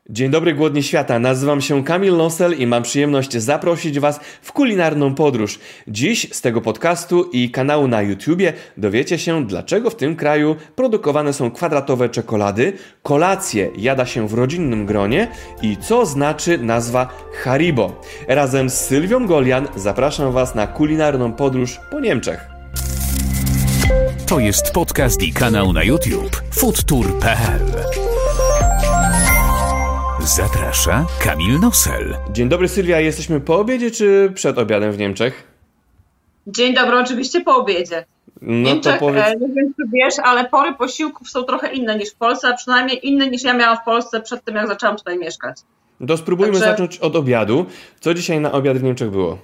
Dzień dobry, głodni świata. Nazywam się Kamil Nosel i mam przyjemność zaprosić Was w kulinarną podróż. Dziś z tego podcastu i kanału na YouTubie dowiecie się, dlaczego w tym kraju produkowane są kwadratowe czekolady, kolacje jada się w rodzinnym gronie i co znaczy nazwa Haribo. Razem z Sylwią Golian zapraszam Was na kulinarną podróż po Niemczech. To jest podcast i kanał na YouTube foodtour.pl. Zaprasza Kamil Nosel. Dzień dobry, Sylwia. Jesteśmy po obiedzie czy przed obiadem w Niemczech? Dzień dobry, oczywiście po obiedzie. W Niemczech, nie wiem czy wiesz, ale pory posiłków są trochę inne niż w Polsce, a przynajmniej inne niż ja miałam w Polsce przed tym, jak zaczęłam tutaj mieszkać. To spróbujmy zacząć od obiadu. Co dzisiaj na obiad w Niemczech było?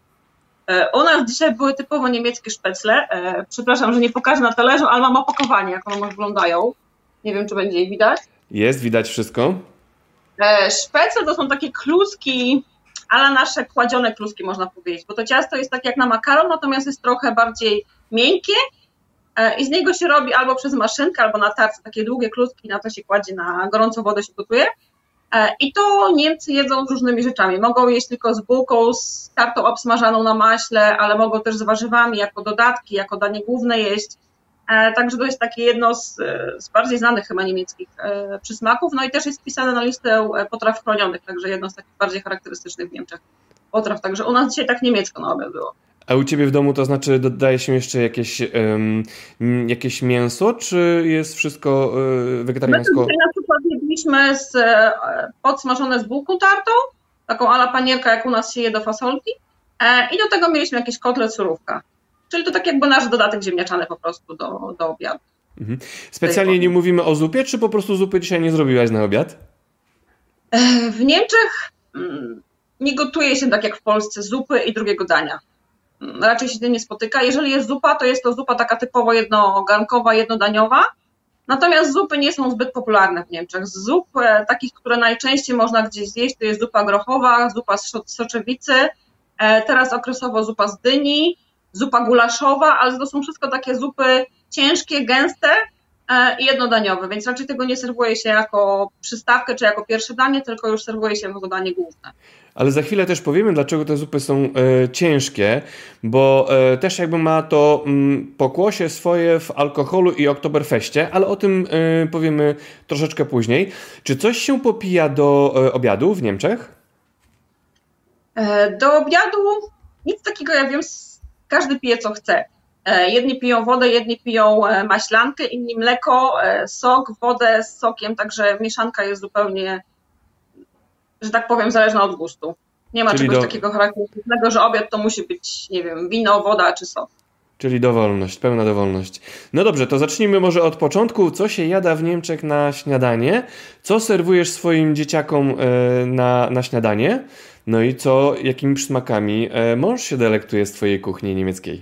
U nas dzisiaj były typowo niemieckie szpecle. Przepraszam, że nie pokażę na talerzu, ale mam opakowanie, jak one wyglądają. Nie wiem, czy będzie je widać. Jest, widać wszystko. Szpecle to są takie kluski, ale nasze kładzione kluski, można powiedzieć, bo to ciasto jest tak jak na makaron, natomiast jest trochę bardziej miękkie i z niego się robi albo przez maszynkę, albo na tarce takie długie kluski, na to się kładzie, na gorącą wodę się gotuje. I to Niemcy jedzą z różnymi rzeczami. Mogą jeść tylko z bułką, z tartą obsmażaną na maśle, ale mogą też z warzywami, jako dodatki, jako danie główne jeść. Także to jest takie jedno z bardziej znanych chyba niemieckich przysmaków. No i też jest wpisane na listę potraw chronionych, także jedno z takich bardziej charakterystycznych w Niemczech potraw. Także u nas dzisiaj tak niemiecko na obiad było. A u Ciebie w domu to znaczy dodaje się jeszcze jakieś mięso, czy jest wszystko wegetariańsko? My tutaj na przykład jedliśmy podsmażone z bułką tartą, taką à la panierka, jak u nas się je do fasolki, i do tego mieliśmy jakiś kotlet surówka. Czyli to tak jakby nasz dodatek ziemniaczany po prostu do obiadu. Mhm. Specjalnie nie mówimy o zupie, czy po prostu zupy dzisiaj nie zrobiłaś na obiad? W Niemczech nie gotuje się tak jak w Polsce zupy i drugiego dania. Raczej się z tym nie spotyka. Jeżeli jest zupa, to jest to zupa taka typowo jednogarnkowa, jednodaniowa. Natomiast zupy nie są zbyt popularne w Niemczech. Z zup takich, które najczęściej można gdzieś zjeść, to jest zupa grochowa, zupa z soczewicy, teraz okresowo zupa z dyni, zupa gulaszowa, ale to są wszystko takie zupy ciężkie, gęste i jednodaniowe, więc raczej tego nie serwuje się jako przystawkę czy jako pierwsze danie, tylko już serwuje się jako danie główne. Ale za chwilę też powiemy, dlaczego te zupy są ciężkie, bo też jakby ma to pokłosie swoje w alkoholu i Oktoberfeście, ale o tym powiemy troszeczkę później. Czy coś się popija do obiadu w Niemczech? Do obiadu nic takiego, ja wiem, każdy pije co chce. Jedni piją wodę, jedni piją maślankę, inni mleko, sok, wodę z sokiem, także mieszanka jest zupełnie, że tak powiem, zależna od gustu. Nie ma czegoś takiego charakterystycznego, że obiad to musi być, nie wiem, wino, woda czy sok. Czyli dowolność, pełna dowolność. No dobrze, to zacznijmy może od początku. Co się jada w Niemczech na śniadanie? Co serwujesz swoim dzieciakom na śniadanie? No i jakimi przysmakami mąż się delektuje z twojej kuchni niemieckiej?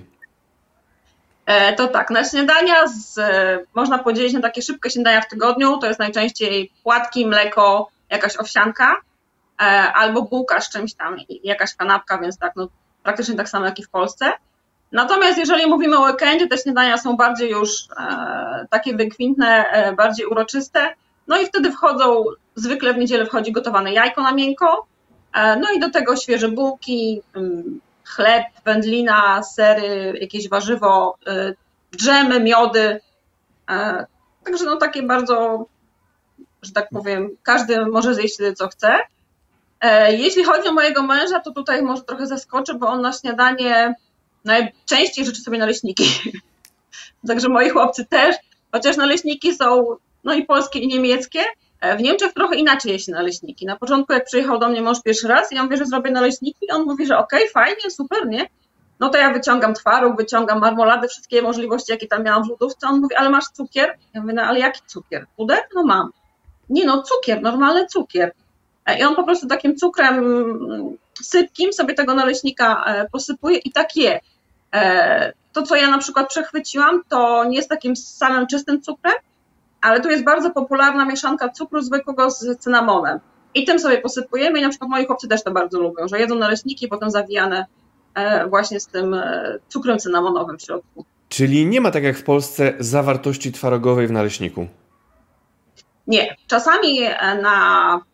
To tak, na śniadania można podzielić na takie szybkie śniadania w tygodniu. To jest najczęściej płatki, mleko, jakaś owsianka albo bułka z czymś tam, jakaś kanapka, więc tak, no, praktycznie tak samo jak i w Polsce. Natomiast jeżeli mówimy o weekendzie, te śniadania są bardziej już takie wykwintne, bardziej uroczyste. No i wtedy zwykle w niedzielę wchodzi gotowane jajko na miękko, no i do tego świeże bułki, chleb, wędlina, sery, jakieś warzywo, dżemy, miody. Także no takie bardzo, że tak powiem, każdy może zjeść wtedy co chce. Jeśli chodzi o mojego męża, to tutaj może trochę zaskoczę, bo on na śniadanie najczęściej życzy sobie naleśniki. Także moi chłopcy też, chociaż naleśniki są no i polskie i niemieckie. W Niemczech trochę inaczej je się naleśniki. Na początku jak przyjechał do mnie mąż pierwszy raz i ja mówię, że zrobię naleśniki, on mówi, że okej, fajnie, super, nie? No to ja wyciągam twaróg, wyciągam marmoladę, wszystkie możliwości, jakie tam miałam w lodówce. On mówi, ale masz cukier? Ja mówię, no ale jaki cukier? Puder? No mam. Nie no, cukier, normalny cukier. I on po prostu takim cukrem sypkim sobie tego naleśnika posypuje i tak je. To, co ja na przykład przechwyciłam, to nie jest takim samym czystym cukrem, ale tu jest bardzo popularna mieszanka cukru zwykłego z cynamonem. I tym sobie posypujemy i na przykład moi chłopcy też to bardzo lubią, że jedzą naleśniki potem zawijane właśnie z tym cukrem cynamonowym w środku. Czyli nie ma tak jak w Polsce zawartości twarogowej w naleśniku? Nie. Czasami na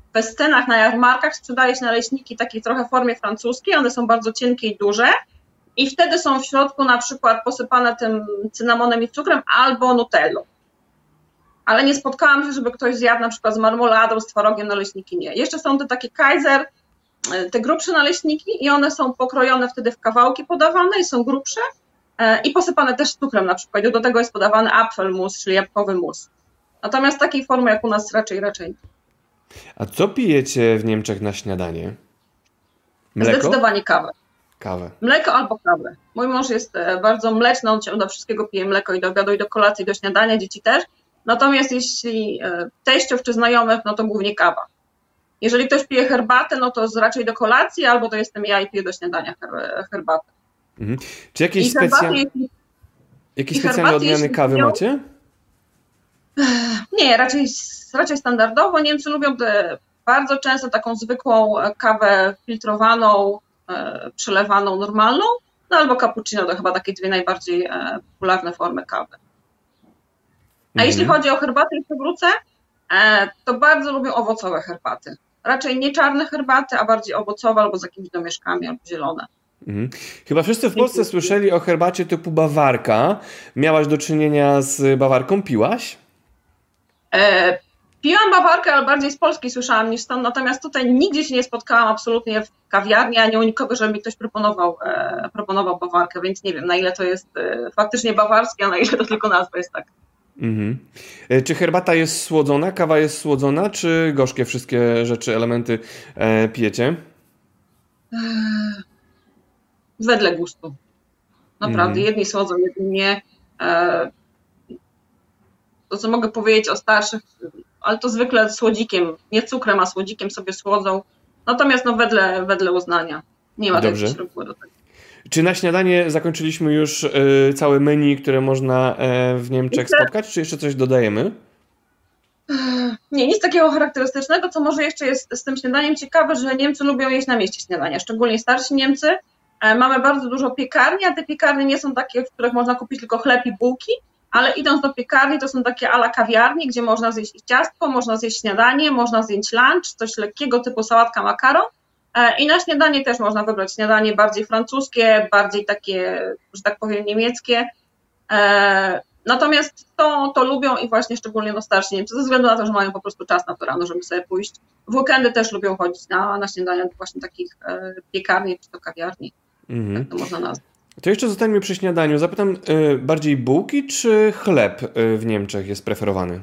festynach, na jarmarkach sprzedaje się naleśniki takiej trochę w formie francuskiej, one są bardzo cienkie i duże i wtedy są w środku na przykład posypane tym cynamonem i cukrem albo nutellą. Ale nie spotkałam się, żeby ktoś zjadł na przykład z marmoladą, z twarogiem naleśniki, nie. Jeszcze są te takie Kaiser, te grubsze naleśniki i one są pokrojone wtedy w kawałki podawane i są grubsze i posypane też cukrem na przykład. Do tego jest podawany Apfelmus, czyli jabłkowy mus. Natomiast takiej formy jak u nas raczej nie. A co pijecie w Niemczech na śniadanie? Mleko? Zdecydowanie kawę. Kawę. Mleko albo kawę. Mój mąż jest bardzo mleczny, on do wszystkiego pije mleko i do obiadu, i do kolacji, i do śniadania, dzieci też. Natomiast jeśli teściów czy znajomych, no to głównie kawa. Jeżeli ktoś pije herbatę, no to raczej do kolacji, albo to jestem ja i piję do śniadania herbatę. Mhm. Czy jakieś specjalne odmiany kawy macie? Nie, raczej standardowo. Niemcy lubią bardzo często taką zwykłą kawę filtrowaną, przelewaną, normalną, no albo cappuccino, to chyba takie dwie najbardziej popularne formy kawy. A jeśli chodzi o herbatę, jeszcze wrócę, to bardzo lubią owocowe herbaty. Raczej nie czarne herbaty, a bardziej owocowe albo z jakimiś domieszkami, albo zielone. Chyba wszyscy w Polsce słyszeli o herbacie typu bawarka. Miałaś do czynienia z bawarką? Piłaś? Piłam bawarkę, ale bardziej z Polski słyszałam niż stąd, natomiast tutaj nigdzie się nie spotkałam absolutnie w kawiarni, ani u nikogo, żeby mi ktoś proponował bawarkę, więc nie wiem, na ile to jest faktycznie bawarskie, a na ile to tylko nazwa jest tak. Czy herbata jest słodzona, kawa jest słodzona, czy gorzkie wszystkie rzeczy, elementy pijecie? Wedle gustu. Naprawdę, jedni słodzą, jedni nie. To, co mogę powiedzieć o starszych, ale to zwykle słodzikiem, nie cukrem, a słodzikiem sobie słodzą. Natomiast no wedle uznania. Nie ma takiej reguły do tego. Czy na śniadanie zakończyliśmy już całe menu, które można w Niemczech spotkać, czy jeszcze coś dodajemy? Nie, nic takiego charakterystycznego, co może jeszcze jest z tym śniadaniem ciekawe, że Niemcy lubią jeść na mieście śniadania, szczególnie starsi Niemcy. Mamy bardzo dużo piekarni, a te piekarnie nie są takie, w których można kupić tylko chleb i bułki, ale idąc do piekarni, to są takie a la kawiarni, gdzie można zjeść ciastko, można zjeść śniadanie, można zjeść lunch, coś lekkiego typu sałatka, makaron. I na śniadanie też można wybrać śniadanie bardziej francuskie, bardziej takie, że tak powiem, niemieckie. Natomiast to lubią i właśnie szczególnie starsi Niemcy, ze względu na to, że mają po prostu czas na to rano, żeby sobie pójść. W weekendy też lubią chodzić na śniadania do właśnie takich piekarni czy to kawiarni. Tak to można nazwać. To jeszcze zostańmy przy śniadaniu. Zapytam, bardziej bułki czy chleb w Niemczech jest preferowany?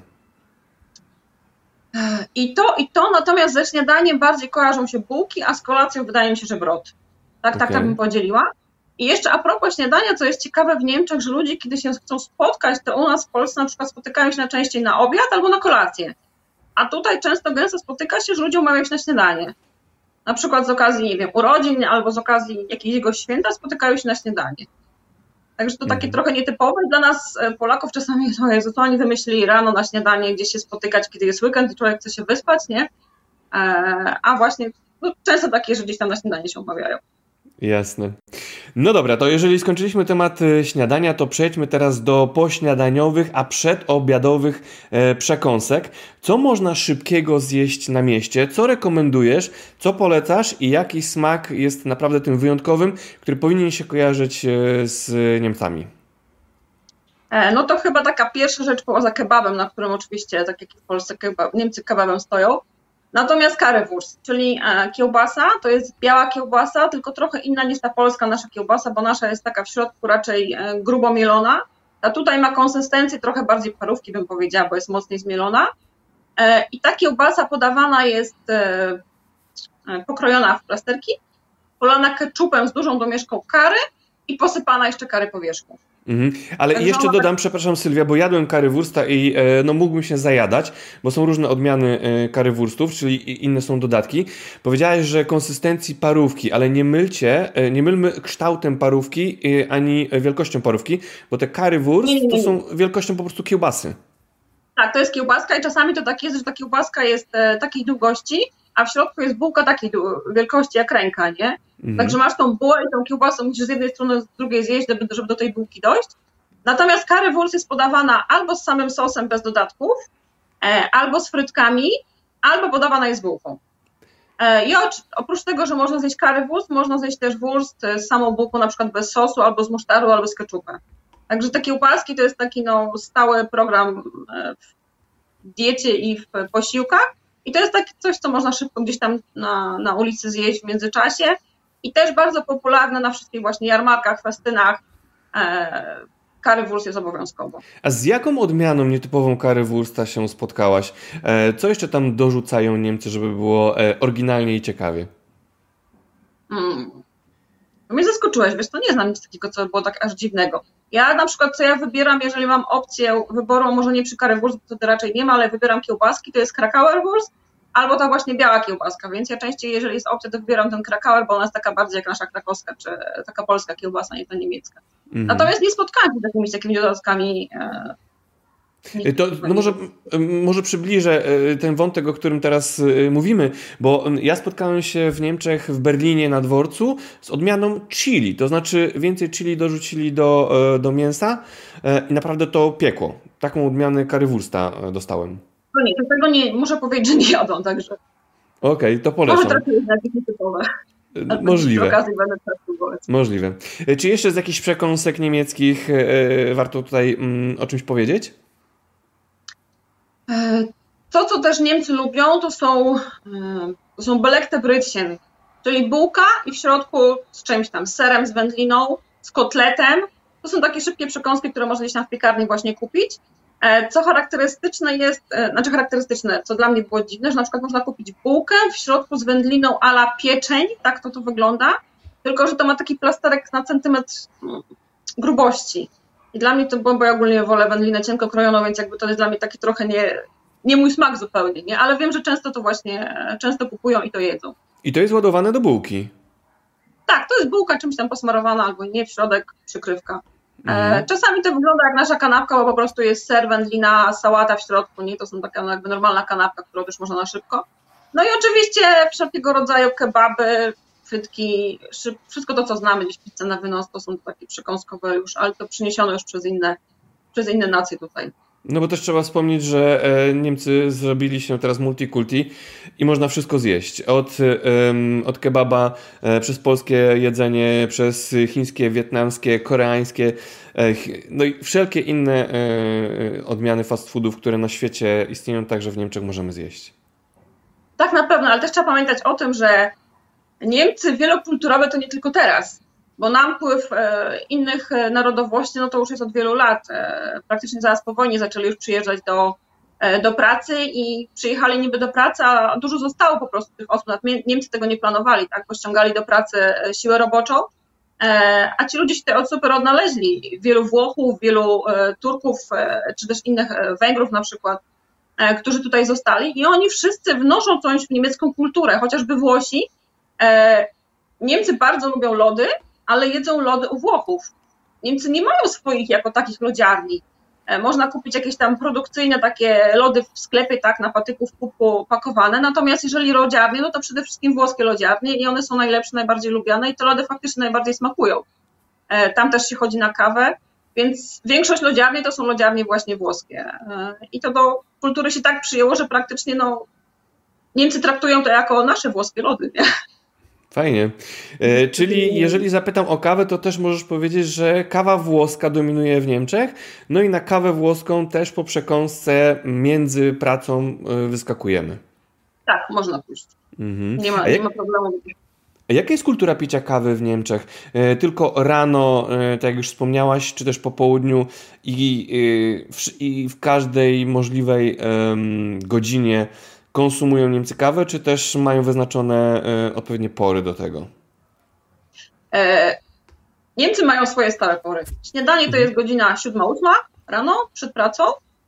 I to, natomiast ze śniadaniem bardziej kojarzą się bułki, a z kolacją wydaje mi się, że brot. Tak bym podzieliła. I jeszcze a propos śniadania, co jest ciekawe w Niemczech, że ludzie, kiedy się chcą spotkać, to u nas w Polsce na przykład spotykają się najczęściej na obiad albo na kolację. A tutaj gęsto spotyka się, że ludzie umawiają się na śniadanie. Na przykład z okazji, nie wiem, urodzin albo z okazji jakiegoś święta spotykają się na śniadanie. Także to takie trochę nietypowe dla nas, Polaków, czasami, Jezu, to oni wymyślili rano na śniadanie gdzieś się spotykać, kiedy jest weekend i człowiek chce się wyspać, nie? A właśnie często takie, że gdzieś tam na śniadanie się umawiają. Jasne. No dobra, to jeżeli skończyliśmy temat śniadania, to przejdźmy teraz do pośniadaniowych, a przedobiadowych przekąsek. Co można szybkiego zjeść na mieście? Co rekomendujesz? Co polecasz? I jaki smak jest naprawdę tym wyjątkowym, który powinien się kojarzyć z Niemcami? No to chyba taka pierwsza rzecz poza kebabem, na którym oczywiście, tak jak w Polsce Niemcy kebabem stoją. Natomiast currywurst, czyli kiełbasa, to jest biała kiełbasa, tylko trochę inna niż ta polska nasza kiełbasa, bo nasza jest taka w środku raczej grubo mielona, a tutaj ma konsystencję trochę bardziej parówki, bym powiedziała, bo jest mocniej zmielona. I ta kiełbasa podawana jest pokrojona w plasterki, polana ketchupem z dużą domieszką curry i posypana jeszcze curry po wierzchu. Ale jeszcze dodam, przepraszam Sylwia, bo jadłem currywursta i mógłbym się zajadać, bo są różne odmiany currywurstów, czyli inne są dodatki. Powiedziałeś, że konsystencji parówki, ale nie mylmy kształtem parówki ani wielkością parówki, bo te currywurst to są wielkością po prostu kiełbasy. Tak, to jest kiełbaska i czasami to tak jest, że ta kiełbaska jest takiej długości, a w środku jest bułka takiej wielkości jak ręka, nie? Także masz tą bułę i tą kiełbasę musisz z jednej strony, z drugiej zjeść, żeby do tej bułki dojść. Natomiast currywurst jest podawana albo z samym sosem bez dodatków, albo z frytkami, albo podawana jest z bułką. I oprócz tego, że można zjeść currywurst, można zjeść też wurst z samą bułką, na przykład bez sosu, albo z musztardu, albo z keczupem. Także te kiełbaski to jest taki stały program w diecie i w posiłkach. I to jest takie coś, co można szybko gdzieś tam na ulicy zjeść w międzyczasie. I też bardzo popularne na wszystkich właśnie jarmarkach, festynach. Currywurst jest obowiązkowo. A z jaką odmianą nietypową currywursta się spotkałaś? Co jeszcze tam dorzucają Niemcy, żeby było oryginalnie i ciekawie? Mnie zaskoczyłeś, wiesz, to nie znam nic takiego, co było tak aż dziwnego. Ja na przykład, co ja wybieram, jeżeli mam opcję wyboru, może nie przy currywurst, bo to raczej nie ma, ale wybieram kiełbaski, to jest Krakauerwurst albo ta właśnie biała kiełbaska, więc ja częściej, jeżeli jest opcja, to wybieram ten Krakauer, bo ona jest taka bardziej jak nasza krakowska, czy taka polska kiełbasa, nie ta niemiecka. Natomiast nie spotkałam się z takimi dodatkami. To może przybliżę ten wątek, o którym teraz mówimy, bo ja spotkałem się w Niemczech, w Berlinie na dworcu z odmianą chili, to znaczy więcej chili dorzucili do mięsa i naprawdę to piekło. Taką odmianę currywursta dostałem. No nie, to tego nie, muszę powiedzieć, że nie jadą, także... Okej, to polecam. Może trafię na jakieś nietypowe. Możliwe. Przy okazji będę próbować. Możliwe. Czy jeszcze z jakichś przekąsek niemieckich warto tutaj o czymś powiedzieć? To, co też Niemcy lubią, to są belegte Brötchen, czyli bułka i w środku z czymś tam, z serem, z wędliną, z kotletem. To są takie szybkie przekąski, które można gdzieś tam w piekarni właśnie kupić. Co charakterystyczne, co dla mnie było dziwne, że na przykład można kupić bułkę w środku z wędliną a la pieczeń, tak to wygląda, tylko że to ma taki plasterek na centymetr grubości. I dla mnie to było, bo ja ogólnie wolę wędlinę cienko krojoną, więc jakby to jest dla mnie taki trochę nie mój smak zupełnie, nie? Ale wiem, że często kupują i to jedzą. I to jest ładowane do bułki? Tak, to jest bułka czymś tam posmarowana albo nie, w środek przykrywka. Czasami to wygląda jak nasza kanapka, bo po prostu jest ser, wędlina, sałata w środku, nie? To są taka jakby normalna kanapka, którą też można na szybko. No i oczywiście wszelkiego rodzaju kebaby, frytki, wszystko to, co znamy, gdzieś pizza na wynos, to są takie przekąskowe już, ale to przyniesiono już przez inne nacje tutaj. No bo też trzeba wspomnieć, że Niemcy zrobili się teraz multikulti i można wszystko zjeść. Od kebaba, przez polskie jedzenie, przez chińskie, wietnamskie, koreańskie, no i wszelkie inne odmiany fast foodów, które na świecie istnieją, także w Niemczech możemy zjeść. Tak, na pewno, ale też trzeba pamiętać o tym, że Niemcy wielokulturowe to nie tylko teraz, bo napływ innych narodowości, no to już jest od wielu lat. Praktycznie zaraz po wojnie zaczęli już przyjeżdżać do pracy i przyjechali niby do pracy, a dużo zostało po prostu tych osób. Niemcy tego nie planowali, tak, bo ściągali do pracy siłę roboczą, a ci ludzie się tutaj super odnaleźli. Wielu Włochów, wielu Turków, czy też innych Węgrów na przykład, którzy tutaj zostali i oni wszyscy wnoszą coś w niemiecką kulturę, chociażby Włosi. Niemcy bardzo lubią lody, ale jedzą lody u Włochów. Niemcy nie mają swoich jako takich lodziarni. Można kupić jakieś tam produkcyjne takie lody w sklepie, tak, na patyku w kubku pakowane, natomiast jeżeli lodziarnie, no to przede wszystkim włoskie lodziarnie i one są najlepsze, najbardziej lubiane i te lody faktycznie najbardziej smakują. Tam też się chodzi na kawę, więc większość lodziarni to są lodziarnie właśnie włoskie. I to do kultury się tak przyjęło, że praktycznie Niemcy traktują to jako nasze włoskie lody, nie? Fajnie. Czyli jeżeli zapytam o kawę, to też możesz powiedzieć, że kawa włoska dominuje w Niemczech, no i na kawę włoską też po przekąsce między pracą wyskakujemy. Tak, można pójść. Nie ma problemu. A jaka jest kultura picia kawy w Niemczech? Tylko rano, tak jak już wspomniałaś, czy też po południu i w każdej możliwej godzinie konsumują Niemcy kawę, czy też mają wyznaczone odpowiednie pory do tego? Niemcy mają swoje stałe pory. Śniadanie to jest godzina 7-8 rano przed pracą.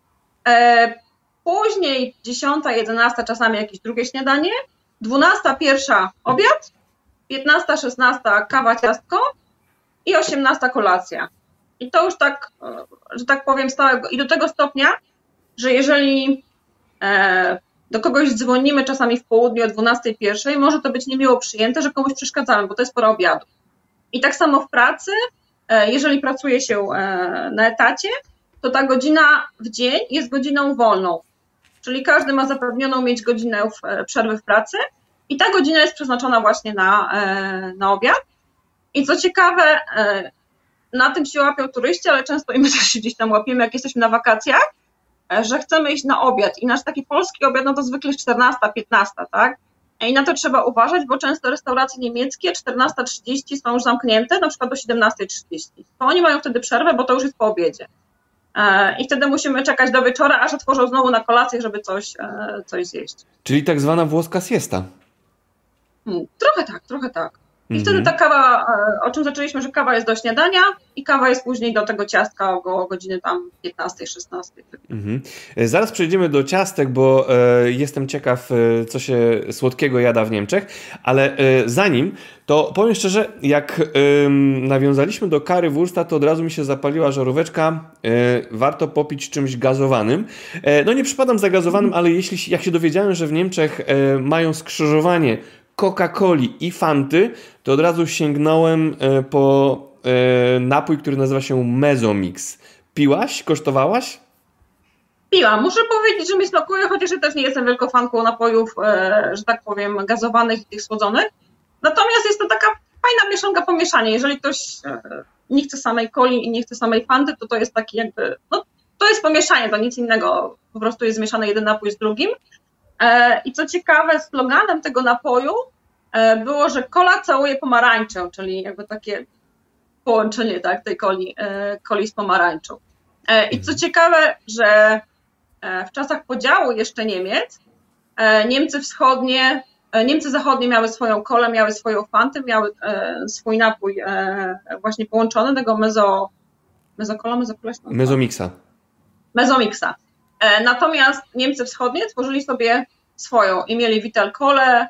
Później 10, 11 czasami jakieś drugie śniadanie. 12, 1 obiad. 15, 16 kawa, ciastko. I 18 kolacja. I to już tak, że tak powiem, stałego. I do tego stopnia, że jeżeli do kogoś dzwonimy czasami w południu o 12, 1, może to być niemiło przyjęte, że komuś przeszkadzamy, bo to jest pora obiadu. I tak samo w pracy, jeżeli pracuje się na etacie, to ta godzina w dzień jest godziną wolną. czyli każdy ma zapewnioną mieć godzinę przerwy w pracy i ta godzina jest przeznaczona właśnie na obiad. I co ciekawe, na tym się łapią turyści, ale często i my też się gdzieś tam łapiemy, jak jesteśmy na wakacjach, że chcemy iść na obiad i nasz taki polski obiad, no to zwykle jest 14, 15, tak? I na to trzeba uważać, bo często restauracje niemieckie 14:30 są już zamknięte, na przykład do 17:30. To oni mają wtedy przerwę, bo to już jest po obiedzie. I wtedy musimy czekać do wieczora, aż otworzą znowu na kolację, żeby coś zjeść. Czyli tak zwana włoska siesta. Trochę tak. I wtedy ta kawa, o czym zaczęliśmy, że kawa jest do śniadania i kawa jest później do tego ciastka o godziny tam 15, 16. Zaraz przejdziemy do ciastek, bo jestem ciekaw, co się słodkiego jada w Niemczech, ale zanim, to powiem szczerze, jak nawiązaliśmy do currywursta, to od razu mi się zapaliła żaróweczka, warto popić czymś gazowanym. No nie przypadam za gazowanym, ale jak się dowiedziałem, że w Niemczech mają skrzyżowanie Coca-Coli i Fanty, to od razu sięgnąłem po napój, który nazywa się Mezomix. Piłaś? Kosztowałaś? Piłam. Muszę powiedzieć, że mi smakuje, chociaż ja też nie jestem wielką fanką napojów, że tak powiem, gazowanych i tych słodzonych. Natomiast jest to taka fajna mieszanka, pomieszanie. Jeżeli ktoś nie chce samej coli i nie chce samej Fanty, to jest taki jakby, no to jest pomieszanie, to nic innego. Po prostu jest zmieszany jeden napój z drugim. I co ciekawe, sloganem tego napoju było, że kola całuje pomarańczą, czyli jakby takie połączenie, tak, tej coli z pomarańczą. I co ciekawe, że w czasach podziału jeszcze Niemiec, Niemcy zachodnie miały swoją kolę, miały swoją Fantę, miały swój napój właśnie połączony, tego Mezomixa. Natomiast Niemcy wschodnie tworzyli sobie swoją i mieli Vital Kolę,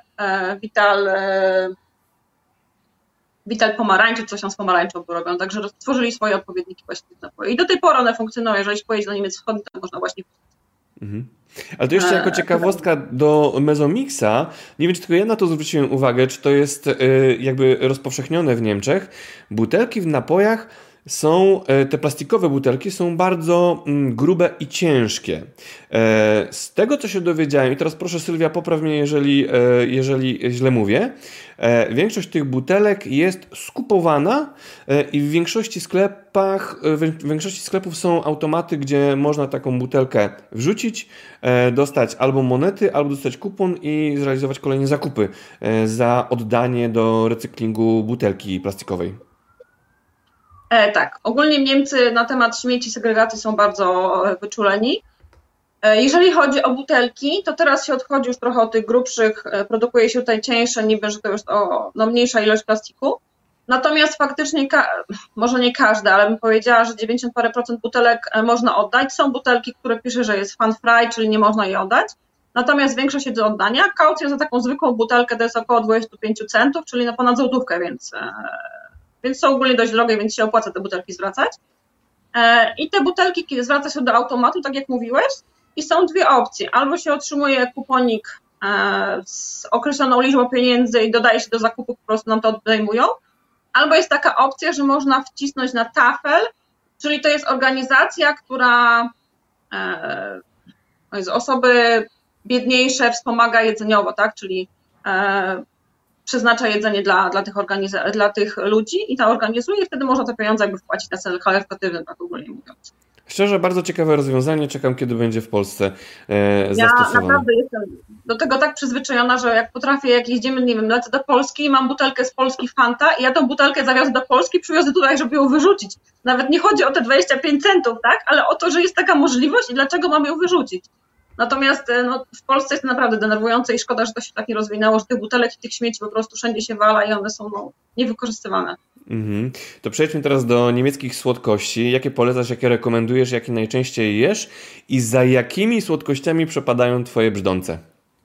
Vital pomarańczy, coś tam z pomarańczą robią, także stworzyli swoje odpowiedniki właśnie tych napojów. I do tej pory one funkcjonują, jeżeli się pojedzie do Niemiec wschodnich, to można właśnie... Ale to jeszcze jako ciekawostka do Mezomixa, nie wiem, czy tylko ja na to zwróciłem uwagę, czy to jest jakby rozpowszechnione w Niemczech. Butelki w napojach te plastikowe butelki są bardzo grube i ciężkie. Z tego, co się dowiedziałem, i teraz proszę Sylwia, popraw mnie, jeżeli źle mówię, większość tych butelek jest skupowana i w większości sklepów są automaty, gdzie można taką butelkę wrzucić, dostać albo monety, albo dostać kupon i zrealizować kolejne zakupy za oddanie do recyklingu butelki plastikowej. Tak, ogólnie Niemcy na temat śmieci, segregacji są bardzo wyczuleni. Jeżeli chodzi o butelki, to teraz się odchodzi już trochę od tych grubszych, produkuje się tutaj cieńsze, niby, że to już mniejsza ilość plastiku. Natomiast faktycznie, może nie każde, ale bym powiedziała, że 90 parę procent butelek można oddać. Są butelki, które pisze, że jest fan free, czyli nie można jej oddać. Natomiast większość jest do oddania. Kaucja za taką zwykłą butelkę to jest około 25 centów, czyli na ponad złotówkę, więc są ogólnie dość drogie, więc się opłaca te butelki zwracać. I te butelki, kiedy zwraca się do automatu, tak jak mówiłeś, i są dwie opcje. Albo się otrzymuje kuponik z określoną liczbą pieniędzy i dodaje się do zakupu, po prostu nam to odejmują. Albo jest taka opcja, że można wcisnąć na tafel, czyli to jest organizacja, która osoby biedniejsze wspomaga jedzeniowo, tak? Czyli przeznacza jedzenie dla tych ludzi i to organizuje i wtedy można te pieniądze jakby wpłacić na cel charytatywny, tak ogólnie mówiąc. Szczerze, bardzo ciekawe rozwiązanie. Czekam, kiedy będzie w Polsce zastosowane. Ja naprawdę jestem do tego tak przyzwyczajona, że jak potrafię, jak jedziemy, nie wiem, lecę do Polski i mam butelkę z Polski Fanta i ja tą butelkę zawiozę do Polski, przywiozę tutaj, żeby ją wyrzucić. Nawet nie chodzi o te 25 centów, tak? Ale o to, że jest taka możliwość i dlaczego mam ją wyrzucić. Natomiast w Polsce jest to naprawdę denerwujące i szkoda, że to się tak nie rozwinęło, że tych butelek i tych śmieci po prostu wszędzie się wala i one są niewykorzystywane. To przejdźmy teraz do niemieckich słodkości. Jakie polecasz, jakie rekomendujesz, jakie najczęściej jesz i za jakimi słodkościami przepadają twoje brzdące?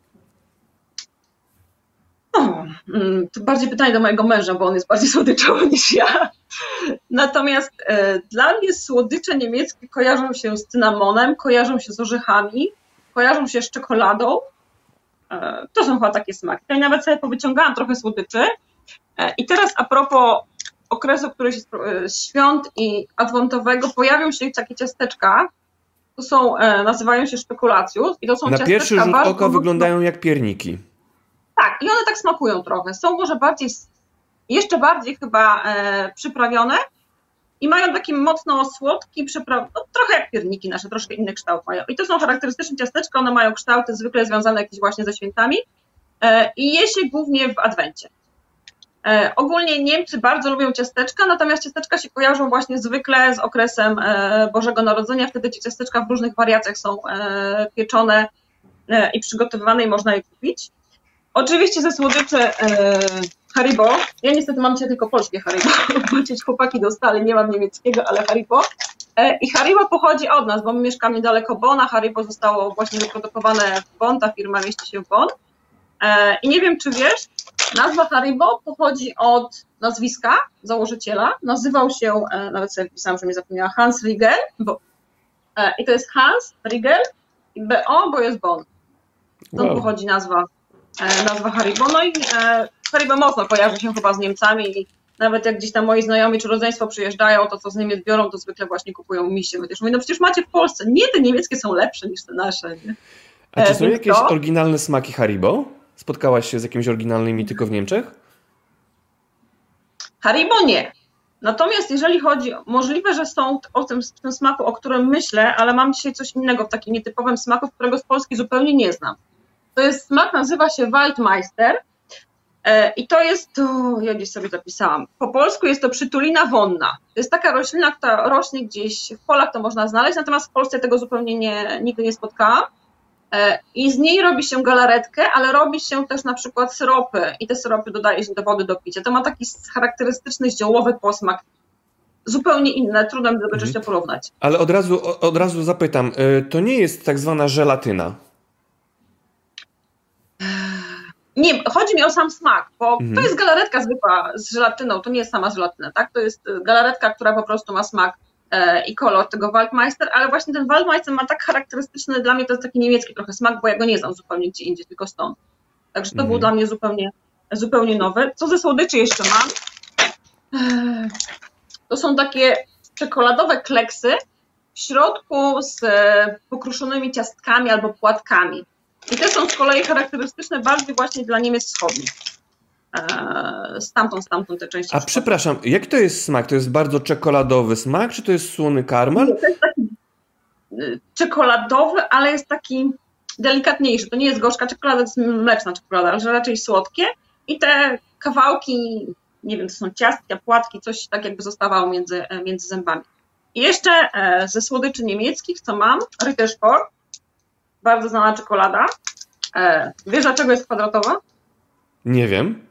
To bardziej pytanie do mojego męża, bo on jest bardziej słodyczowy niż ja. Natomiast dla mnie słodycze niemieckie kojarzą się z cynamonem, kojarzą się z orzechami, kojarzą się z czekoladą. To są chyba takie smaki. Ja nawet sobie powyciągałam trochę słodyczy. I teraz a propos okresu, któryś świąt i adwentowego, pojawią się takie ciasteczka, nazywają się spekulacjus i to są Na ciasteczka pierwszy rzut bardzo oka wyglądają jak pierniki. Tak, i one tak smakują trochę. Są może jeszcze bardziej chyba przyprawione i mają taki mocno słodki, trochę jak pierniki nasze, troszkę inny kształt mają. I to są charakterystyczne ciasteczka, one mają kształty zwykle związane jakieś właśnie ze świętami i je się głównie w adwencie. Ogólnie Niemcy bardzo lubią ciasteczka, natomiast ciasteczka się kojarzą właśnie zwykle z okresem Bożego Narodzenia, wtedy ci ciasteczka w różnych wariacjach są pieczone i przygotowywane i można je kupić. Oczywiście ze słodyczy Haribo. Ja niestety mam dzisiaj tylko polskie Haribo. Chłopaki dostali, nie mam niemieckiego, ale Haribo. I Haribo pochodzi od nas, bo my mieszkamy niedaleko Bonna. Haribo zostało właśnie wyprodukowane w Bonn, ta firma mieści się w Bonn. I nie wiem, czy wiesz, nazwa Haribo pochodzi od nazwiska założyciela. Nazywał się, nawet sobie wpisałam, że mnie zapomniała, Hans Riegel. I to jest Hans Riegel i BO, bo jest Bonn. Stąd pochodzi nazwa Haribo. No i Haribo mocno kojarzy się chyba z Niemcami i nawet jak gdzieś tam moi znajomi czy rodzeństwo przyjeżdżają, to co z Niemiec biorą, to zwykle właśnie kupują misie. Chociaż mówię, no przecież macie w Polsce. Nie, te niemieckie są lepsze niż te nasze. Nie? A czy są jakieś oryginalne smaki Haribo? Spotkałaś się z jakimiś oryginalnymi tylko w Niemczech? Haribo nie. Natomiast jeżeli chodzi, możliwe, że są o tym smaku, o którym myślę, ale mam dzisiaj coś innego w takim nietypowym smaku, którego z Polski zupełnie nie znam. To jest smak, nazywa się Waldmeister i to jest, ja gdzieś sobie zapisałam, po polsku jest to przytulina wonna. To jest taka roślina, która rośnie gdzieś w polach, to można znaleźć, natomiast w Polsce tego zupełnie nigdy nie spotkałam. I z niej robi się galaretkę, ale robi się też na przykład syropy i te syropy dodaje się do wody do picia. To ma taki charakterystyczny ziołowy posmak, zupełnie inny, trudno mi tego czegoś porównać. Ale od razu zapytam, to nie jest tak zwana żelatyna? Nie, chodzi mi o sam smak, bo to jest galaretka zwykła z żelatyną, to nie jest sama żelatyna, tak? To jest galaretka, która po prostu ma smak i kolor tego Waldmeister, ale właśnie ten Waldmeister ma tak charakterystyczny, dla mnie to jest taki niemiecki trochę smak, bo ja go nie znam zupełnie gdzie indziej, tylko stąd. Także to był dla mnie zupełnie nowy. Co ze słodyczy jeszcze mam? To są takie czekoladowe kleksy w środku z pokruszonymi ciastkami albo płatkami. I te są z kolei charakterystyczne bardziej właśnie dla Niemiec wschodnich. Stamtąd te części. A przepraszam, jaki to jest smak? To jest bardzo czekoladowy smak, czy to jest słony karmel? Nie, to jest taki czekoladowy, ale jest taki delikatniejszy. To nie jest gorzka czekolada, to jest mleczna czekolada, ale że raczej słodkie. I te kawałki, nie wiem, to są ciastka, płatki, coś tak jakby zostawało między zębami. I jeszcze ze słodyczy niemieckich, co mam, Rittersport, bardzo znana czekolada. Wiesz, dlaczego jest kwadratowa? Nie wiem.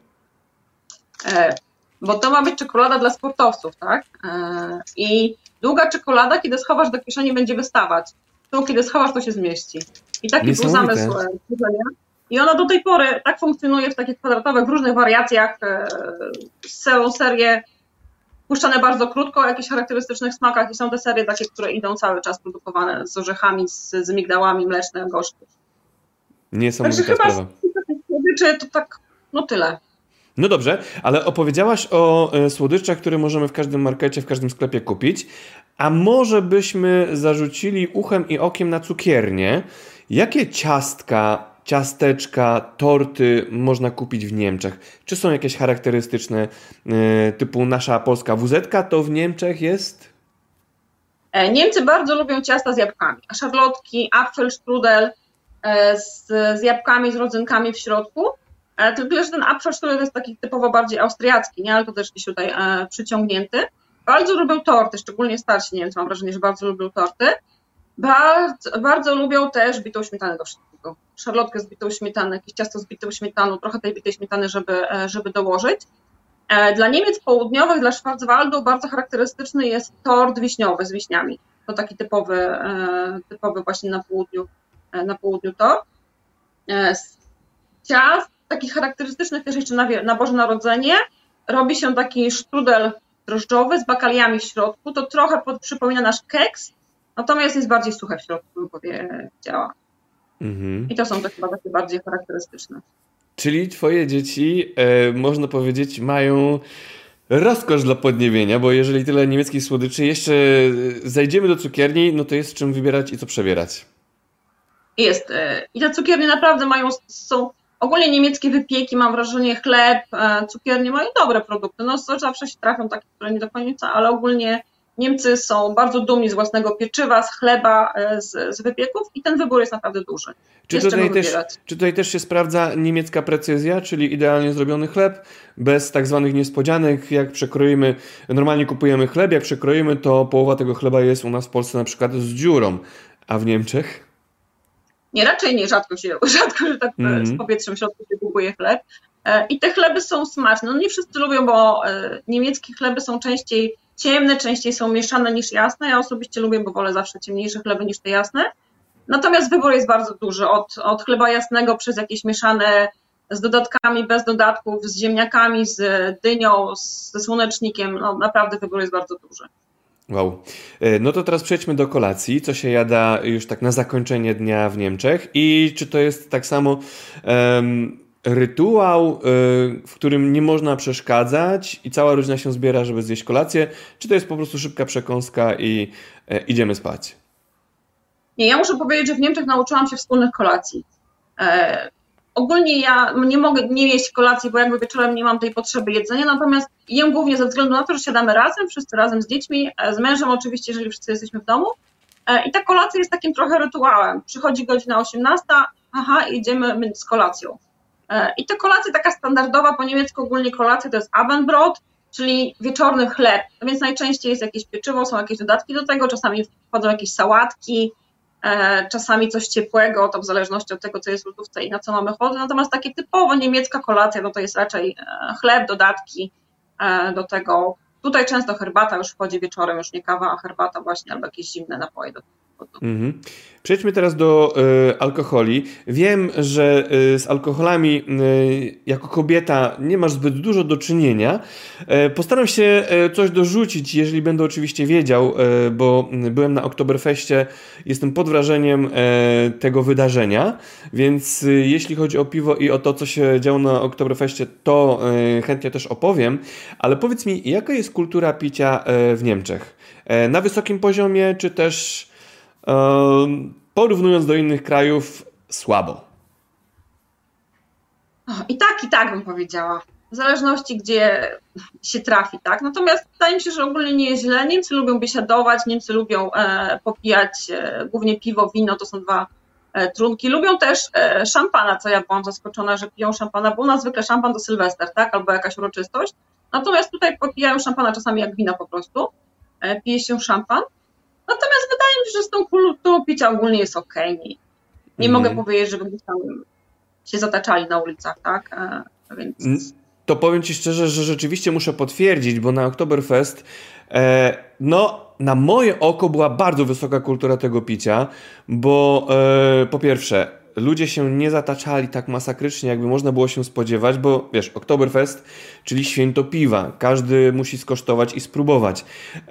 Bo to ma być czekolada dla sportowców, tak? I długa czekolada, kiedy schowasz do kieszeni, będzie wystawać. To kiedy schowasz, to się zmieści. I taki był zamysł. I ona do tej pory tak funkcjonuje w takich kwadratowych, w różnych wariacjach, z całą serię puszczane bardzo krótko o jakichś charakterystycznych smakach i są te serie takie, które idą cały czas produkowane z orzechami, z migdałami, mleczne, gorzkie. Niesamowita sprawa. Także to tak, no tyle. No dobrze, ale opowiedziałaś o słodyczach, które możemy w każdym markecie, w każdym sklepie kupić, a może byśmy zarzucili uchem i okiem na cukiernię. Jakie ciasteczka, torty można kupić w Niemczech? Czy są jakieś charakterystyczne, typu nasza polska WZ-ka, to w Niemczech jest? Niemcy bardzo lubią ciasta z jabłkami, a szarlotki, Apfelstrudel z jabłkami, z rodzynkami w środku. Tylko że ten Apfelstrudel to jest taki typowo bardziej austriacki, nie? Ale to też gdzieś tutaj przyciągnięty. Bardzo lubią torty, szczególnie starsi Niemcy, mam wrażenie, że bardzo lubią torty. Bardzo lubią też bitą śmietanę do wszystkiego. Szarlotkę z bitą śmietaną, jakieś ciasto z bitą śmietaną, trochę tej bitej śmietany, żeby dołożyć. Dla Niemiec południowych, dla Schwarzwaldu bardzo charakterystyczny jest tort wiśniowy z wiśniami. To taki typowy właśnie na południu tort. Z ciast takich charakterystycznych też jeszcze na Boże Narodzenie robi się taki sztrudel drożdżowy z bakaliami w środku. To trochę przypomina nasz keks, natomiast jest bardziej suche w środku, bym powiedziała. I to są to chyba takie bardziej charakterystyczne. Czyli twoje dzieci, można powiedzieć, mają Rozkosz dla podniebienia, bo jeżeli tyle niemieckich słodyczy, jeszcze zajdziemy do cukierni, no to jest czym wybierać i co przebierać. Jest. I te cukiernie naprawdę są ogólnie niemieckie wypieki, mam wrażenie, chleb, cukiernie mają dobre produkty. No zawsze się trafią takie, które nie do końca, ale ogólnie Niemcy są bardzo dumni z własnego pieczywa, z chleba, z wypieków i ten wybór jest naprawdę duży. Czy tutaj też się sprawdza niemiecka precyzja, czyli idealnie zrobiony chleb, bez tak zwanych niespodzianek, jak przekroimy, normalnie kupujemy chleb, jak przekroimy, to połowa tego chleba jest u nas w Polsce na przykład z dziurą, a w Niemczech? Nie, raczej nie, rzadko, że tak z powietrzem w środku się kupuje chleb. I te chleby są smaczne. No nie wszyscy lubią, bo niemieckie chleby są częściej ciemne, częściej są mieszane niż jasne. Ja osobiście lubię, bo wolę zawsze ciemniejsze chleby niż te jasne. Natomiast wybór jest bardzo duży. Od chleba jasnego przez jakieś mieszane z dodatkami, bez dodatków, z ziemniakami, z dynią, ze słonecznikiem. No naprawdę wybór jest bardzo duży. Wow. No to teraz przejdźmy do kolacji. Co się jada już tak na zakończenie dnia w Niemczech i czy to jest tak samo rytuał, w którym nie można przeszkadzać i cała rodzina się zbiera, żeby zjeść kolację, czy to jest po prostu szybka przekąska i idziemy spać? Nie, ja muszę powiedzieć, że w Niemczech nauczyłam się wspólnych kolacji. Ogólnie ja nie mogę nie jeść kolacji, bo jakby wieczorem nie mam tej potrzeby jedzenia, natomiast jem głównie ze względu na to, że siadamy razem, wszyscy razem z dziećmi, z mężem oczywiście, jeżeli wszyscy jesteśmy w domu. I ta kolacja jest takim trochę rytuałem. Przychodzi godzina 18, idziemy z kolacją. I ta kolacja taka standardowa, po niemiecku ogólnie kolacja to jest Abendbrot, czyli wieczorny chleb, więc najczęściej jest jakieś pieczywo, są jakieś dodatki do tego, czasami wchodzą jakieś sałatki, czasami coś ciepłego, to w zależności od tego, co jest w lodówce i na co mamy ochotę. Natomiast takie typowo niemiecka kolacja, no to jest raczej chleb, dodatki do tego. Tutaj często herbata już wchodzi wieczorem, już nie kawa, a herbata właśnie, albo jakieś zimne napoje do tego. Przejdźmy teraz do alkoholi. Wiem, że z alkoholami jako kobieta nie masz zbyt dużo do czynienia. Postaram się coś dorzucić, jeżeli będę oczywiście wiedział, bo byłem na Oktoberfeście, jestem pod wrażeniem tego wydarzenia, więc jeśli chodzi o piwo i o to, co się działo na Oktoberfeście, to chętnie też opowiem, ale powiedz mi, jaka jest kultura picia w Niemczech? Na wysokim poziomie, czy też porównując do innych krajów, słabo? I tak bym powiedziała. W zależności, gdzie się trafi, tak? Natomiast wydaje mi się, że ogólnie nie jest źle. Niemcy lubią biesiadować, Niemcy lubią popijać głównie piwo, wino, to są dwa trunki. Lubią też szampana, co ja byłam zaskoczona, że piją szampana, bo u nas zwykle szampan to Sylwester, tak? Albo jakaś uroczystość. Natomiast tutaj popijają szampana czasami jak wina po prostu. Pije się szampan. Natomiast wydaje mi się, że z tą kulturą picia ogólnie jest okej. Nie mogę powiedzieć, żeby gdzieś tam się zataczali na ulicach, tak? Więc... To powiem Ci szczerze, że rzeczywiście muszę potwierdzić, bo na Oktoberfest na moje oko była bardzo wysoka kultura tego picia, bo po pierwsze ludzie się nie zataczali tak masakrycznie, jakby można było się spodziewać, bo wiesz, Oktoberfest, czyli święto piwa. Każdy musi skosztować i spróbować.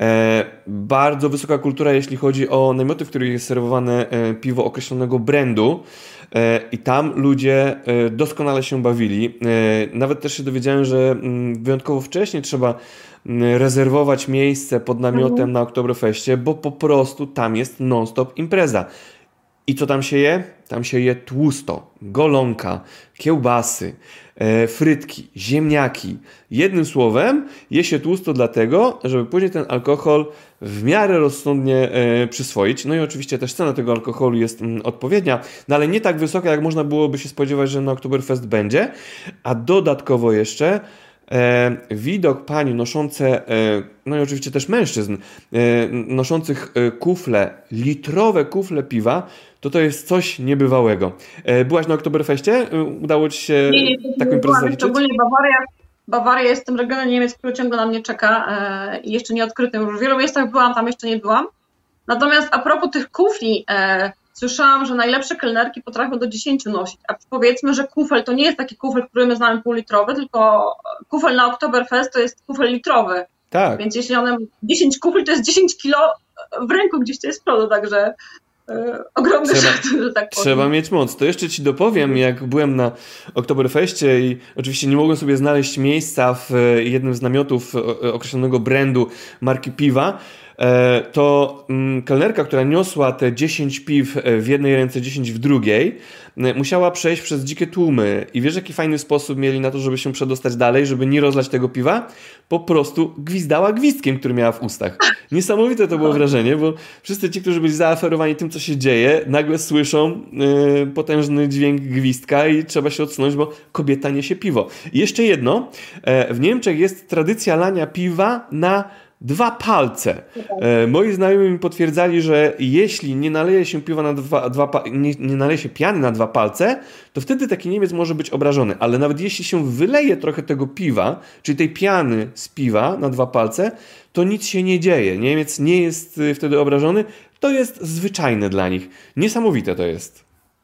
Bardzo wysoka kultura, jeśli chodzi o namioty, w których jest serwowane piwo określonego brandu. I tam ludzie doskonale się bawili. Nawet też się dowiedziałem, że wyjątkowo wcześnie trzeba rezerwować miejsce pod namiotem na Oktoberfeście, bo po prostu tam jest non-stop impreza. I co tam się je? Tam się je tłusto, golonka, kiełbasy, frytki, ziemniaki. Jednym słowem, je się tłusto dlatego, żeby później ten alkohol w miarę rozsądnie przyswoić. No i oczywiście też cena tego alkoholu jest odpowiednia, no ale nie tak wysoka, jak można byłoby się spodziewać, że na Oktoberfest będzie. A dodatkowo jeszcze widok pań noszące, no i oczywiście też mężczyzn, noszących kufle, litrowe kufle piwa, to jest coś niebywałego. Byłaś na Oktoberfeście? Udało Ci się taką imprezę zaliczyć? Szczególnie Bawaria jest tym regionem Niemiec, który ciągle na mnie czeka i jeszcze nie odkrytym. Już w wielu miejscach byłam, tam jeszcze nie byłam. Natomiast a propos tych kufli, słyszałam, że najlepsze kelnerki potrafią do 10 nosić, a powiedzmy, że kufel to nie jest taki kufel, który my znamy półlitrowy, tylko kufel na Oktoberfest to jest kufel litrowy. Tak. Więc jeśli one 10 kufli, to jest 10 kilo w ręku gdzieś to jest przodu, także ogromny szacun, że tak powiem. Trzeba mieć moc. To jeszcze ci dopowiem, jak byłem na Oktoberfeście i oczywiście nie mogłem sobie znaleźć miejsca w jednym z namiotów określonego brandu marki piwa, to kelnerka, która niosła te 10 piw w jednej ręce, 10 w drugiej, musiała przejść przez dzikie tłumy. I wiesz, jaki fajny sposób mieli na to, żeby się przedostać dalej, żeby nie rozlać tego piwa? Po prostu gwizdała gwizdkiem, który miała w ustach. Niesamowite to było wrażenie, bo wszyscy ci, którzy byli zaaferowani tym, co się dzieje, nagle słyszą potężny dźwięk gwizdka i trzeba się odsunąć, bo kobieta niesie piwo. I jeszcze jedno. W Niemczech jest tradycja lania piwa na 2 palce. Moi znajomi mi potwierdzali, że jeśli nie naleje się piwa na nie naleje się piany na 2 palce, to wtedy taki Niemiec może być obrażony. Ale nawet jeśli się wyleje trochę tego piwa, czyli tej piany z piwa na 2 palce, to nic się nie dzieje. Niemiec nie jest wtedy obrażony. To jest zwyczajne dla nich. Niesamowite to jest.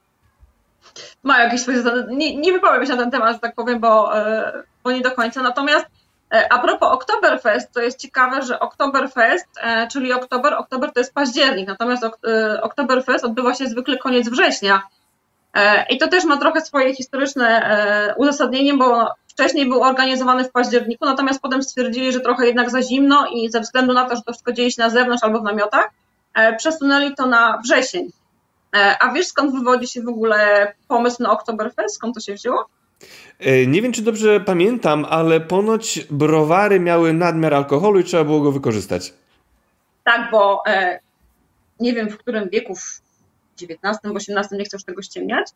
Ma jakieś swoje zasady. Nie wypowiem się na ten temat, że tak powiem, bo nie do końca. Natomiast a propos Oktoberfest, to jest ciekawe, że Oktoberfest, czyli oktober to jest październik, natomiast Oktoberfest odbywa się zwykle koniec września. I to też ma trochę swoje historyczne uzasadnienie, bo wcześniej był organizowany w październiku, natomiast potem stwierdzili, że trochę jednak za zimno i ze względu na to, że to wszystko dzieje się na zewnątrz albo w namiotach, przesunęli to na wrzesień. A wiesz, skąd wywodzi się w ogóle pomysł na Oktoberfest? Skąd to się wzięło? Nie wiem, czy dobrze pamiętam, ale ponoć browary miały nadmiar alkoholu i trzeba było go wykorzystać. Tak, bo nie wiem w którym wieku, w XIX, w XVIII, nie chcę już tego ściemniać,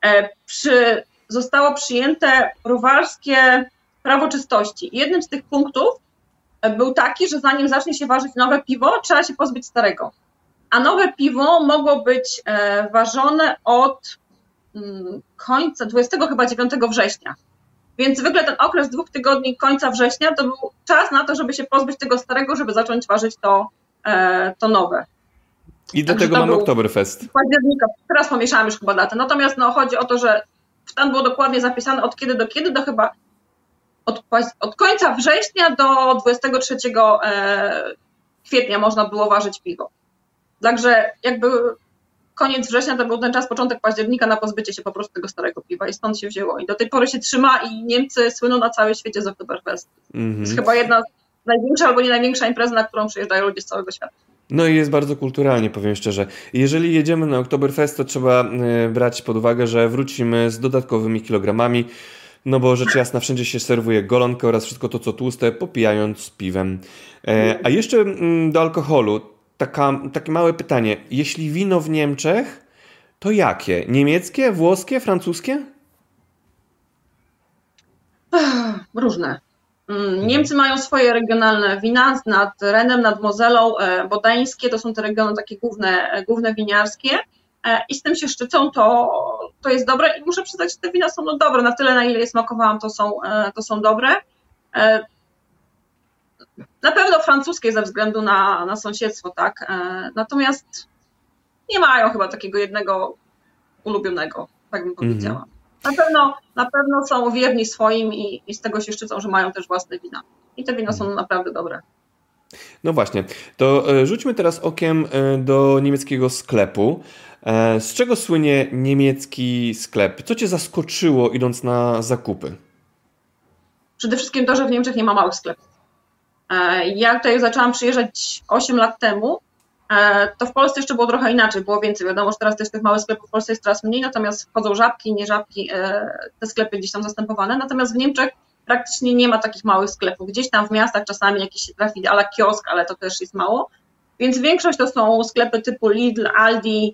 zostało przyjęte browarskie prawo czystości. Jednym z tych punktów był taki, że zanim zacznie się ważyć nowe piwo, trzeba się pozbyć starego. A nowe piwo mogło być ważone od końca 29 września. Więc zwykle ten okres 2 tygodni końca września to był czas na to, żeby się pozbyć tego starego, żeby zacząć ważyć to nowe. I dlatego mamy Oktoberfest. Października. Teraz pomieszałam już chyba datę. Natomiast chodzi o to, że tam było dokładnie zapisane od kiedy do kiedy, do chyba od końca września do 23 kwietnia można było ważyć piwo. Także jakby koniec września to był ten czas, początek października na pozbycie się po prostu tego starego piwa i stąd się wzięło. I do tej pory się trzyma i Niemcy słyną na całym świecie z Oktoberfest. To jest chyba jedna z największa albo nie największa impreza, na którą przyjeżdżają ludzie z całego świata. No i jest bardzo kulturalnie, powiem szczerze. Jeżeli jedziemy na Oktoberfest, to trzeba brać pod uwagę, że wrócimy z dodatkowymi kilogramami, no bo rzecz jasna wszędzie się serwuje golonkę oraz wszystko to, co tłuste, popijając piwem. A jeszcze do alkoholu. Takie małe pytanie. Jeśli wino w Niemczech, to jakie? Niemieckie, włoskie, francuskie? Różne. Niemcy mają swoje regionalne wina nad Renem, nad Mozelą, bodeńskie, to są te regiony takie główne winiarskie i z tym się szczycą, to jest dobre i muszę przyznać, że te wina są dobre, na tyle na ile je smakowałam, to są dobre. Na pewno francuskie ze względu na sąsiedztwo, tak, natomiast nie mają chyba takiego jednego ulubionego, tak bym powiedziała. Na pewno są wierni swoim i z tego się szczycą, że mają też własne wina. I te wina są naprawdę dobre. No właśnie, to rzućmy teraz okiem do niemieckiego sklepu. Z czego słynie niemiecki sklep? Co cię zaskoczyło idąc na zakupy? Przede wszystkim to, że w Niemczech nie ma małych sklepów. Ja tutaj zaczęłam przyjeżdżać 8 lat temu, to w Polsce jeszcze było trochę inaczej, było więcej. Wiadomo, że teraz też tych małych sklepów w Polsce jest coraz mniej, natomiast wchodzą żabki, nie żabki, te sklepy gdzieś tam zastępowane. Natomiast w Niemczech praktycznie nie ma takich małych sklepów. Gdzieś tam w miastach czasami jakiś się trafi ala kiosk, ale to też jest mało. Więc większość to są sklepy typu Lidl, Aldi,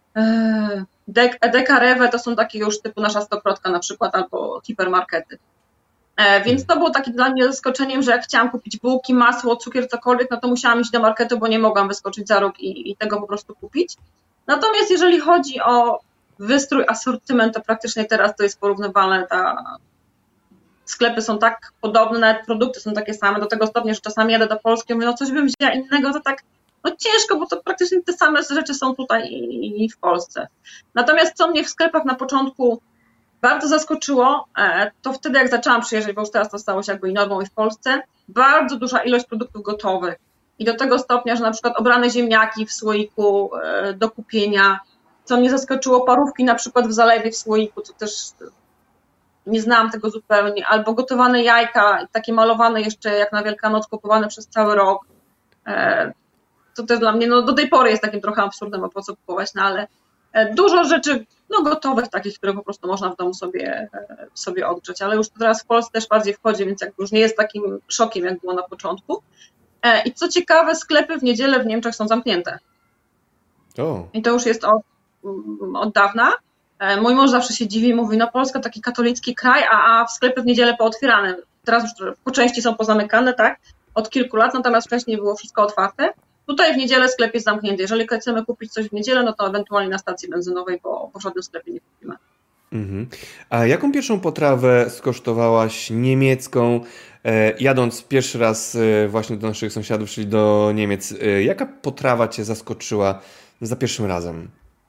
DKRW, to są takie już typu nasza Stokrotka na przykład, albo hipermarkety. Więc to było takie dla mnie zaskoczeniem, że jak chciałam kupić bułki, masło, cukier, cokolwiek, no to musiałam iść do marketu, bo nie mogłam wyskoczyć za róg i tego po prostu kupić. Natomiast jeżeli chodzi o wystrój, asortyment, to praktycznie teraz to jest porównywalne. Sklepy są tak podobne, nawet produkty są takie same, do tego stopnia, że czasami jadę do Polski i mówię, no coś bym wzięła innego, to tak ciężko, bo to praktycznie te same rzeczy są tutaj i w Polsce. Natomiast co mnie w sklepach na początku bardzo zaskoczyło, to wtedy jak zaczęłam przyjeżdżać, bo już teraz to stało się jakby i normą i w Polsce, bardzo duża ilość produktów gotowych. i do tego stopnia, że na przykład obrane ziemniaki w słoiku do kupienia, co mnie zaskoczyło, parówki na przykład w zalewie w słoiku, to też nie znałam tego zupełnie, albo gotowane jajka, takie malowane jeszcze jak na Wielkanoc, kupowane przez cały rok. To też dla mnie, no do tej pory jest takim trochę absurdem, a po co kupować, no ale dużo rzeczy gotowych takich, które po prostu można w domu sobie odgrzeć, ale już teraz w Polsce też bardziej wchodzi, więc jakby już nie jest takim szokiem, jak było na początku. I co ciekawe, sklepy w niedzielę w Niemczech są zamknięte. I to już jest od dawna. Mój mąż zawsze się dziwi, mówi, no Polska taki katolicki kraj, a w sklepy w niedzielę pootwierane. Teraz już po części są pozamykane, tak, od kilku lat, natomiast wcześniej było wszystko otwarte. Tutaj w niedzielę sklep jest zamknięty. Jeżeli chcemy kupić coś w niedzielę, no to ewentualnie na stacji benzynowej, bo w żadnym sklepie nie kupimy. A jaką pierwszą potrawę skosztowałaś niemiecką, jadąc pierwszy raz właśnie do naszych sąsiadów, czyli do Niemiec? Jaka potrawa cię zaskoczyła za pierwszym razem?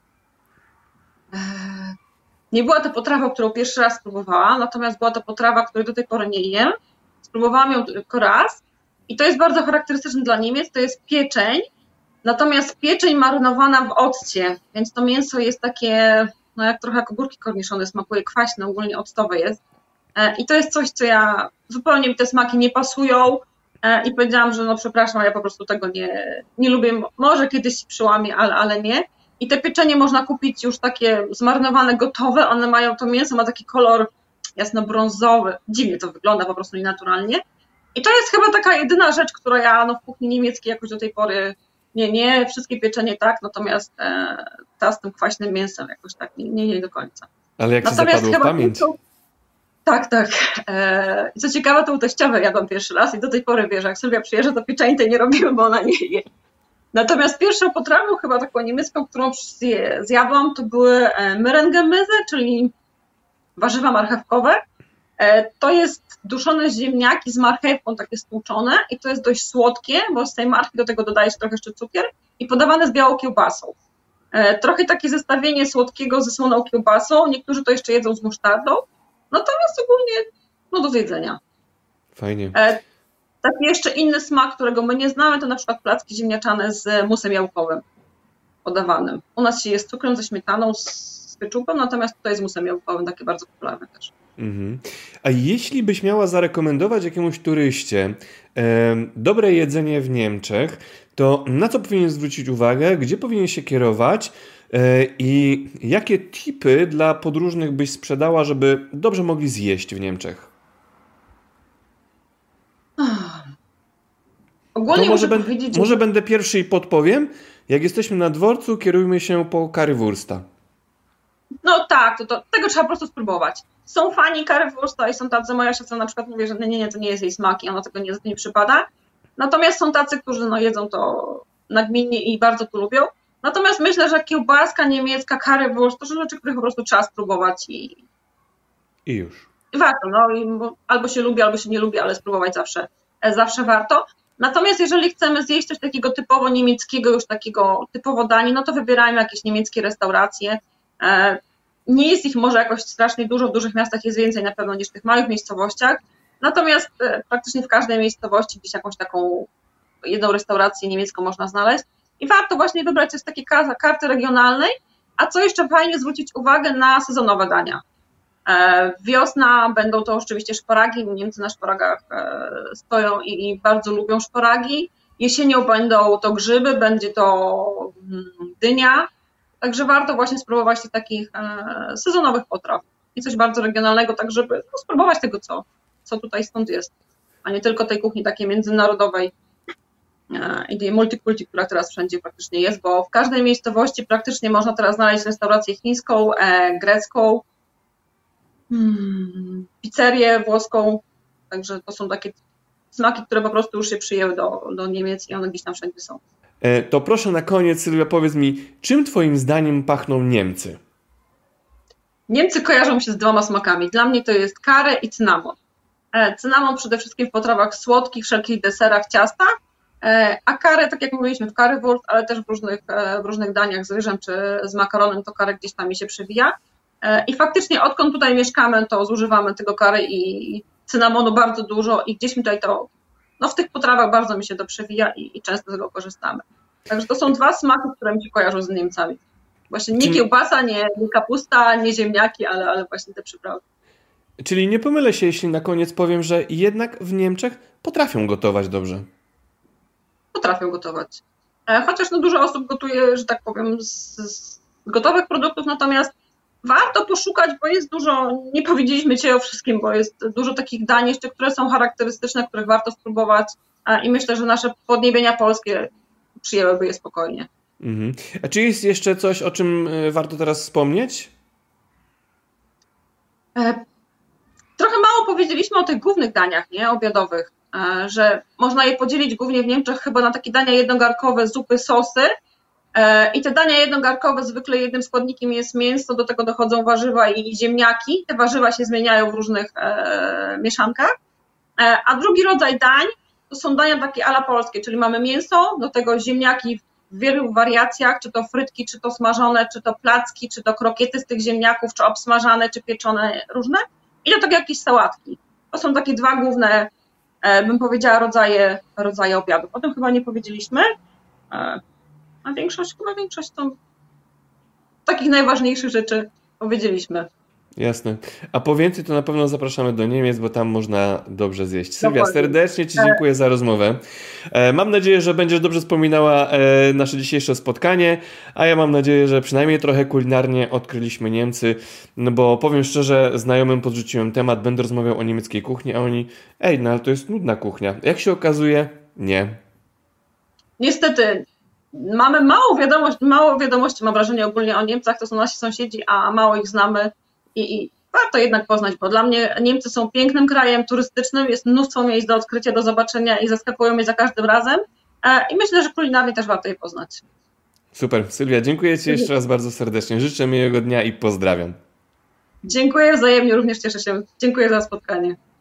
Nie była to potrawa, którą pierwszy raz spróbowałam, natomiast była to potrawa, której do tej pory nie jem. Spróbowałam ją tylko raz i to jest bardzo charakterystyczne dla Niemiec, to jest pieczeń, natomiast pieczeń marynowana w occie, więc to mięso jest takie, no jak trochę jak ogórki korniszone, smakuje kwaśne, ogólnie octowe jest. I to jest coś, co ja, zupełnie mi te smaki nie pasują i powiedziałam, że no przepraszam, ja po prostu tego nie lubię, może kiedyś przyłamię, ale nie. I te pieczenie można kupić już takie zmarynowane, gotowe, one mają, to mięso ma taki kolor jasno-brązowy, dziwnie to wygląda, po prostu nienaturalnie. I to jest chyba taka jedyna rzecz, która ja w kuchni niemieckiej jakoś do tej pory, nie, wszystkie pieczenie tak, natomiast ta z tym kwaśnym mięsem jakoś tak nie do końca. Ale jak ci zapadło w pamięć? Tak. I co ciekawe, to u teściowej jadłam pierwszy raz i do tej pory wiesz, jak Sylwia przyjeżdża, to pieczeni tej nie robimy, bo ona nie je. Natomiast pierwszą potrawą, chyba taką niemiecką, którą zjadłam, to były Merengemyse, czyli warzywa marchewkowe. To jest duszone ziemniaki z marchewką, takie stłuczone i to jest dość słodkie, bo z tej marchwi do tego dodaje się trochę jeszcze cukier i podawane z białą kiełbasą. Trochę takie zestawienie słodkiego ze słoną kiełbasą, niektórzy to jeszcze jedzą z musztardą, natomiast ogólnie do zjedzenia. Fajnie. Taki jeszcze inny smak, którego my nie znamy, to na przykład placki ziemniaczane z musem jałkowym podawanym. U nas się je z cukrem, ze śmietaną, z keczupem, natomiast tutaj z musem jałkowym, takie bardzo popularne też. A jeśli byś miała zarekomendować jakiemuś turyście dobre jedzenie w Niemczech, to na co powinien zwrócić uwagę, gdzie powinien się kierować i jakie tipy dla podróżnych byś sprzedała, żeby dobrze mogli zjeść w Niemczech? Ogólnie może będę pierwszy i podpowiem. Jak jesteśmy na dworcu, kierujmy się po currywursta. No tak, to tego trzeba po prostu spróbować. Są fani currywursta i są tacy, moja siostra na przykład mówi, że nie, to nie jest jej smak i ona tego nie przypada. Natomiast są tacy, którzy jedzą to nagminnie i bardzo to lubią. Natomiast myślę, że kiełbaska niemiecka, currywurst, to są rzeczy, których po prostu trzeba spróbować i już. I warto, albo się lubi, albo się nie lubi, ale spróbować zawsze warto. Natomiast jeżeli chcemy zjeść coś takiego typowo niemieckiego, już takiego typowo danie, no to wybierajmy jakieś niemieckie restauracje. Nie jest ich może jakoś strasznie dużo, w dużych miastach jest więcej na pewno niż w tych małych miejscowościach, natomiast praktycznie w każdej miejscowości gdzieś jakąś taką jedną restaurację niemiecką można znaleźć i warto właśnie wybrać coś z takiej karty regionalnej, a co jeszcze fajnie zwrócić uwagę na sezonowe dania. Wiosna będą to oczywiście szparagi, Niemcy na szparagach stoją i bardzo lubią szparagi. Jesienią będą to grzyby, będzie to dynia, także warto właśnie spróbować tych takich sezonowych potraw i coś bardzo regionalnego, tak żeby spróbować tego, co tutaj stąd jest, a nie tylko tej kuchni takiej międzynarodowej i multikulti, która teraz wszędzie praktycznie jest, bo w każdej miejscowości praktycznie można teraz znaleźć restaurację chińską, grecką, pizzerię włoską, także to są takie smaki, które po prostu już się przyjęły do Niemiec i one gdzieś tam wszędzie są. To proszę na koniec, Sylwia, powiedz mi, czym twoim zdaniem pachną Niemcy? Niemcy kojarzą się z dwoma smakami. Dla mnie to jest curry i cynamon. Cynamon przede wszystkim w potrawach słodkich, wszelkich deserach, ciastach, a curry, tak jak mówiliśmy, w currywurst, ale też w różnych daniach z ryżem czy z makaronem, to curry gdzieś tam mi się przewija. I faktycznie odkąd tutaj mieszkamy, to zużywamy tego curry i cynamonu bardzo dużo i gdzieś mi tutaj to no w tych potrawach bardzo mi się to przewija i często z tego korzystamy. Także to są dwa smaki, które mi się kojarzą z Niemcami. Właśnie nie kiełbasa, nie kapusta, nie ziemniaki, ale właśnie te przyprawy. Czyli nie pomylę się, jeśli na koniec powiem, że jednak w Niemczech potrafią gotować dobrze. Potrafią gotować. Chociaż no, dużo osób gotuje, że tak powiem, z gotowych produktów, natomiast warto poszukać, bo jest dużo, nie powiedzieliśmy dzisiaj o wszystkim, bo jest dużo takich dań jeszcze, które są charakterystyczne, których warto spróbować i myślę, że nasze podniebienia polskie przyjęłyby je spokojnie. Mhm. A czy jest jeszcze coś, o czym warto teraz wspomnieć? Trochę mało powiedzieliśmy o tych głównych daniach, nie, obiadowych, że można je podzielić głównie w Niemczech chyba na takie dania jednogarkowe, zupy, sosy. I te dania jednogarkowe zwykle jednym składnikiem jest mięso, do tego dochodzą warzywa i ziemniaki. Te warzywa się zmieniają w różnych mieszankach. A drugi rodzaj dań to są dania takie ala polskie, czyli mamy mięso, do tego ziemniaki w wielu wariacjach, czy to frytki, czy to smażone, czy to placki, czy to krokiety z tych ziemniaków, czy obsmażane, czy pieczone różne. I do tego jakieś sałatki. To są takie dwa główne, bym powiedziała, rodzaje obiadów. O tym chyba nie powiedzieliśmy. A większość tą takich najważniejszych rzeczy powiedzieliśmy. Jasne. A po więcej to na pewno zapraszamy do Niemiec, bo tam można dobrze zjeść. Sylwia, serdecznie Ci dziękuję za rozmowę. Mam nadzieję, że będziesz dobrze wspominała nasze dzisiejsze spotkanie, a ja mam nadzieję, że przynajmniej trochę kulinarnie odkryliśmy Niemcy, no bo powiem szczerze, znajomym podrzuciłem temat, będę rozmawiał o niemieckiej kuchni, a oni, no ale to jest nudna kuchnia. Jak się okazuje, nie. Niestety, mamy mało wiadomości, mam wrażenie ogólnie o Niemcach, to są nasi sąsiedzi, a mało ich znamy i warto jednak poznać, bo dla mnie Niemcy są pięknym krajem turystycznym, jest mnóstwo miejsc do odkrycia, do zobaczenia i zaskakują mnie za każdym razem i myślę, że kulinarnie też warto je poznać. Super, Sylwia, dziękuję Ci jeszcze raz bardzo serdecznie, życzę miłego dnia i pozdrawiam. Dziękuję wzajemnie, również cieszę się. Dziękuję za spotkanie.